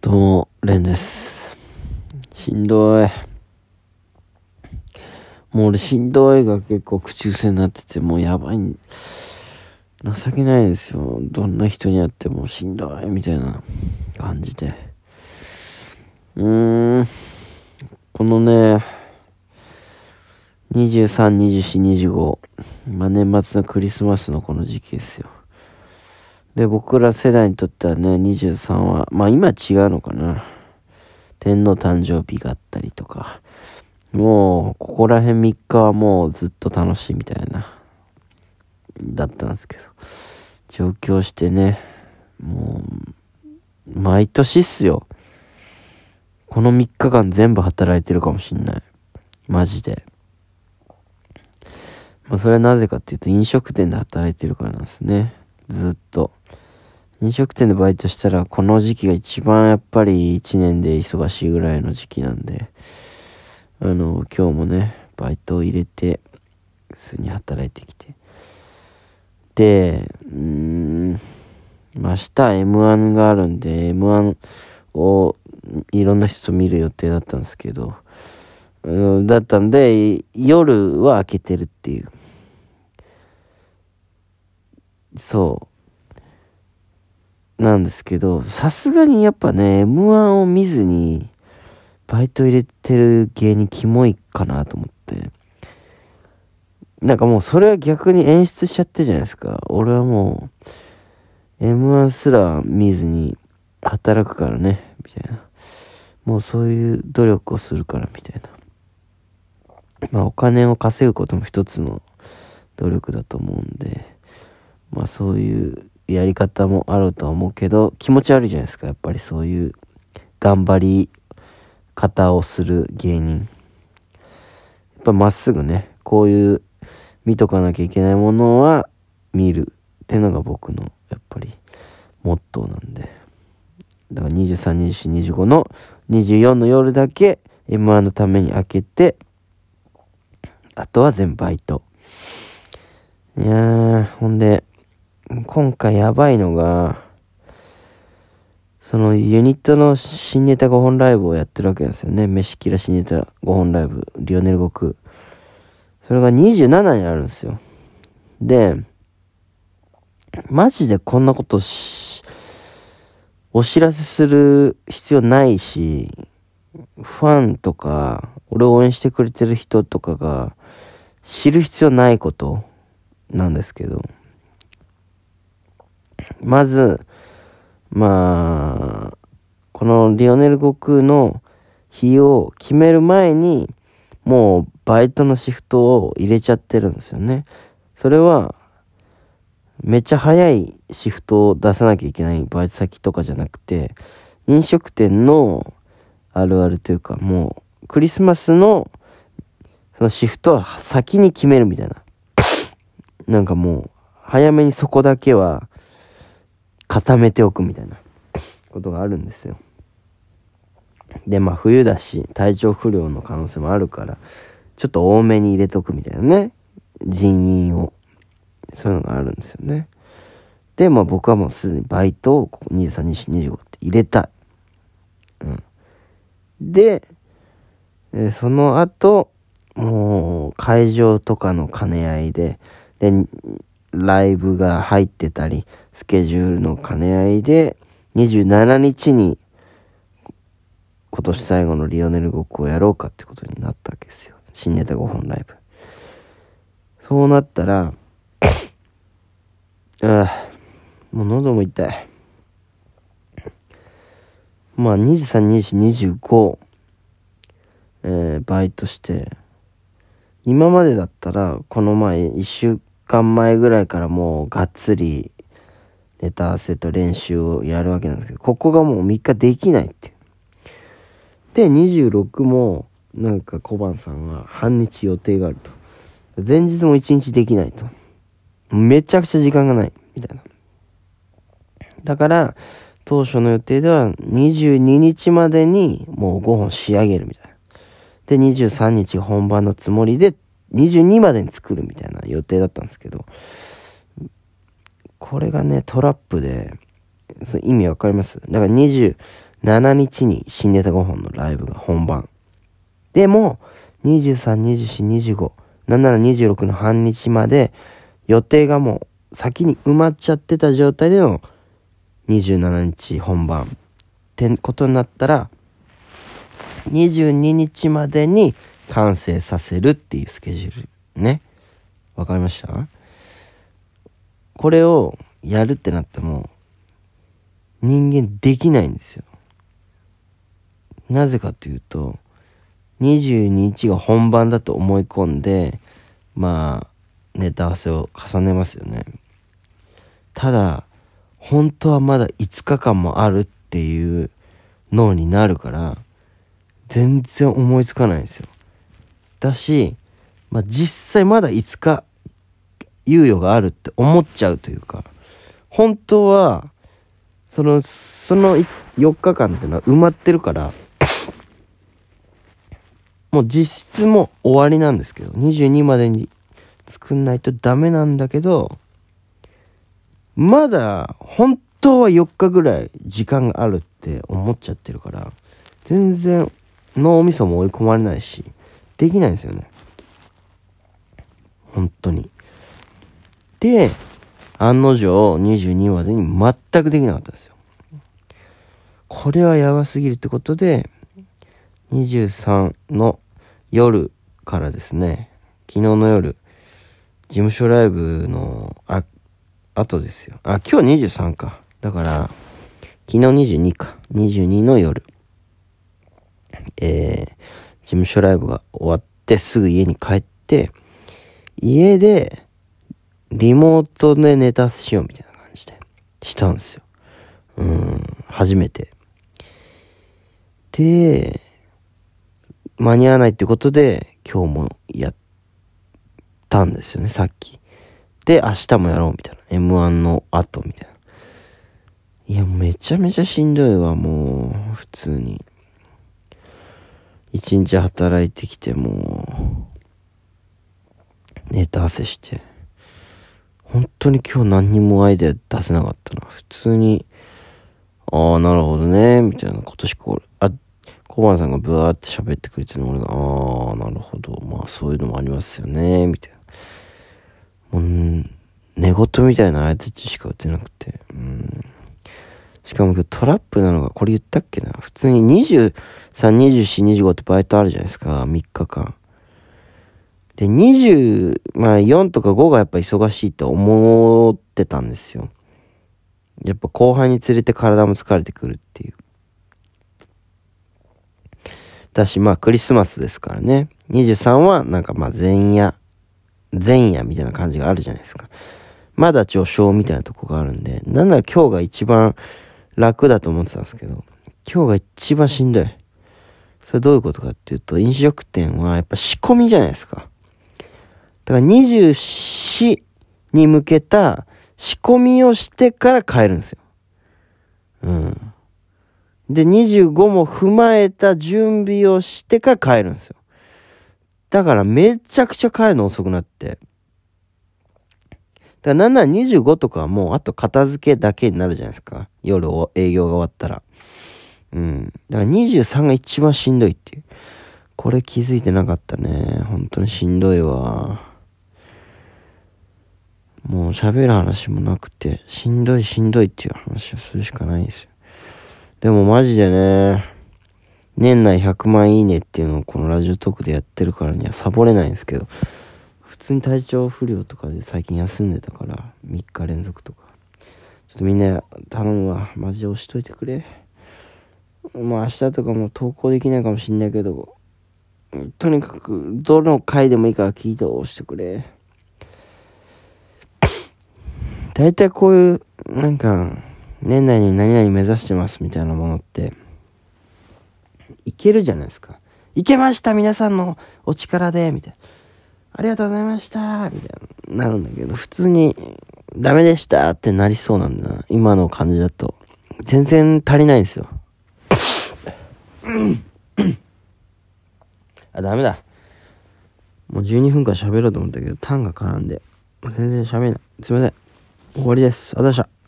どうも、レンです。しんどい。もう俺しんどいが結構口癖になってて、もうやばい。情けないですよ。どんな人に会ってもしんどいみたいな感じで。このね、23、24、25。年末のクリスマスのこの時期ですよ。で、僕ら世代にとってはね、23は、今違うのかな。天皇誕生日があったりとか。もう、ここら辺3日はもうずっと楽しいみたいな、だったんですけど。上京してね、もう、毎年っすよ。この3日間全部働いてるかもしんない。マジで。それはなぜかっていうと、飲食店で働いてるからなんですね。ずっと。飲食店でバイトしたら、この時期が一番やっぱり1年で忙しいぐらいの時期なんで、今日もね、バイトを入れて、普通に働いてきて。で、明日 M1 があるんで、M1 をいろんな人と見る予定だったんですけど、だったんで、夜は開けてるっていう。なんですけど、さすがにやっぱね、M1 を見ずに、バイト入れてる芸人キモいかなと思って。なんかもうそれは逆に演出しちゃってるじゃないですか。俺はもう、M1 すら見ずに働くからね、みたいな。もうそういう努力をするから、みたいな。お金を稼ぐことも一つの努力だと思うんで、そういうやり方もあるとは思うけど、気持ち悪いじゃないですか。やっぱりそういう頑張り方をする芸人。やっぱまっすぐね、こういう見とかなきゃいけないものは見るっていうのが僕のやっぱりモットーなんで。だから23、24、25の24の夜だけ M1 のために開けて、あとは全部バイト。いやー、ほんで、今回やばいのが、そのユニットの新ネタ5本ライブをやってるわけなんですよね。飯キラ新ネタ5本ライブ、リオネル悟空。それが27にあるんですよ。で、マジでこんなことお知らせする必要ないし、ファンとか、俺を応援してくれてる人とかが知る必要ないことなんですけど、まず、このリオネル悟空の日を決める前に、もうバイトのシフトを入れちゃってるんですよね。それは、めっちゃ早いシフトを出さなきゃいけないバイト先とかじゃなくて、飲食店のあるあるというか、もうクリスマスのそのシフトは先に決めるみたいな。なんかもう早めにそこだけは固めておくみたいなことがあるんですよ。で、冬だし体調不良の可能性もあるから、ちょっと多めに入れとくみたいなね。人員を。そういうのがあるんですよね。で、僕はもうすでにバイトを23、24、25って入れたい。で、その後、もう会場とかの兼ね合いで、ライブが入ってたり、スケジュールの兼ね合いで、27日に今年最後のリオネル悟空をやろうかってことになったわけですよ。新ネタ5本ライブ。そうなったら、もう喉も痛い。23、24、25、バイトして、今までだったら、この前、1週間前ぐらいからもうがっつりネタ合わせと練習をやるわけなんですけど、ここがもう3日できないっていう。で、26も、なんか小判さんは半日予定があると。前日も1日できないと。めちゃくちゃ時間がない、みたいな。だから、当初の予定では22日までにもう5本仕上げるみたいな。で、23日本番のつもりで22までに作るみたいな予定だったんですけど、これがね、トラップで、その意味わかります？だから27 7日に新ネタ5本のライブが本番。でも、23、24、25、なんなら26の半日まで予定がもう先に埋まっちゃってた状態での27日本番ってことになったら、22日までに完成させるっていうスケジュールね。わかりました？これをやるってなっても人間できないんですよ。なぜかというと、22日が本番だと思い込んで、まあネタ合わせを重ねますよね。ただ本当はまだ5日間もあるっていう脳になるから全然思いつかないんですよ。だし、実際まだ5日猶予があるって思っちゃうというか、本当はその4日間っていうのは埋まってるからもう実質もう終わりなんですけど、22までに作んないとダメなんだけど、まだ本当は4日ぐらい時間があるって思っちゃってるから、全然脳みそも追い込まれないしできないんですよね、本当に。で、案の定22までに全くできなかったんですよ。これはやばすぎるってことで、23の夜からですね、昨日の夜、事務所ライブの後ですよ。今日23か。だから、昨日22か。22の夜。事務所ライブが終わってすぐ家に帰って、家でリモートでネタしようみたいな感じでしたんですよ。初めて。で、間に合わないってことで今日もやったんですよね、さっき。で、明日もやろうみたいな。M1 の後みたいな。いや、めちゃめちゃしんどいわ、もう、普通に。一日働いてきて、もう、ネタ合わせして。本当に今日何にもアイデア出せなかったな。普通に、なるほどね、みたいな。今年小判さんがブワーって喋ってくれてるの、俺が、なるほど。まあ、そういうのもありますよね、みたいな。もう、寝言みたいな相槌しか打てなくて。しかも今日トラップなのが、これ言ったっけな。普通に23、24、25ってバイトあるじゃないですか。3日間。で、4とか5がやっぱ忙しいと思ってたんですよ。やっぱ後半につれて体も疲れてくるっていう。だし、クリスマスですからね。23はなんか前夜みたいな感じがあるじゃないですか。まだ序章みたいなとこがあるんで、なんなら今日が一番楽だと思ってたんですけど、今日が一番しんどい。それどういうことかっていうと、飲食店はやっぱ仕込みじゃないですか。だから24に向けた仕込みをしてから帰るんですよ。で、25も踏まえた準備をしてから帰るんですよ。だからめちゃくちゃ帰るの遅くなって。だからなんなら25とかはもうあと片付けだけになるじゃないですか。夜営業が終わったら。だから23が一番しんどいっていう。これ気づいてなかったね。本当にしんどいわ。もう喋る話もなくて、しんどいっていう話をするしかないんですよ。でもマジでね、年内100万いいねっていうのをこのラジオトークでやってるからにはサボれないんですけど、普通に体調不良とかで最近休んでたから3日連続とか。ちょっとみんな頼むわ。マジで押しといてくれ。明日とかも投稿できないかもしんないけど、とにかくどの回でもいいから聞いて押してくれ。だいたいこういうなんか年内に何々目指してますみたいなものっていけるじゃないですか。いけました皆さんのお力でみたいな、ありがとうございましたみたいななるんだけど、普通にダメでしたってなりそうなんだな。今の感じだと全然足りないんですよ。ダメだ。もう12分間喋ろうと思ったけどタンが絡んで全然喋れない。すいません。終わりです。ありがとうございました。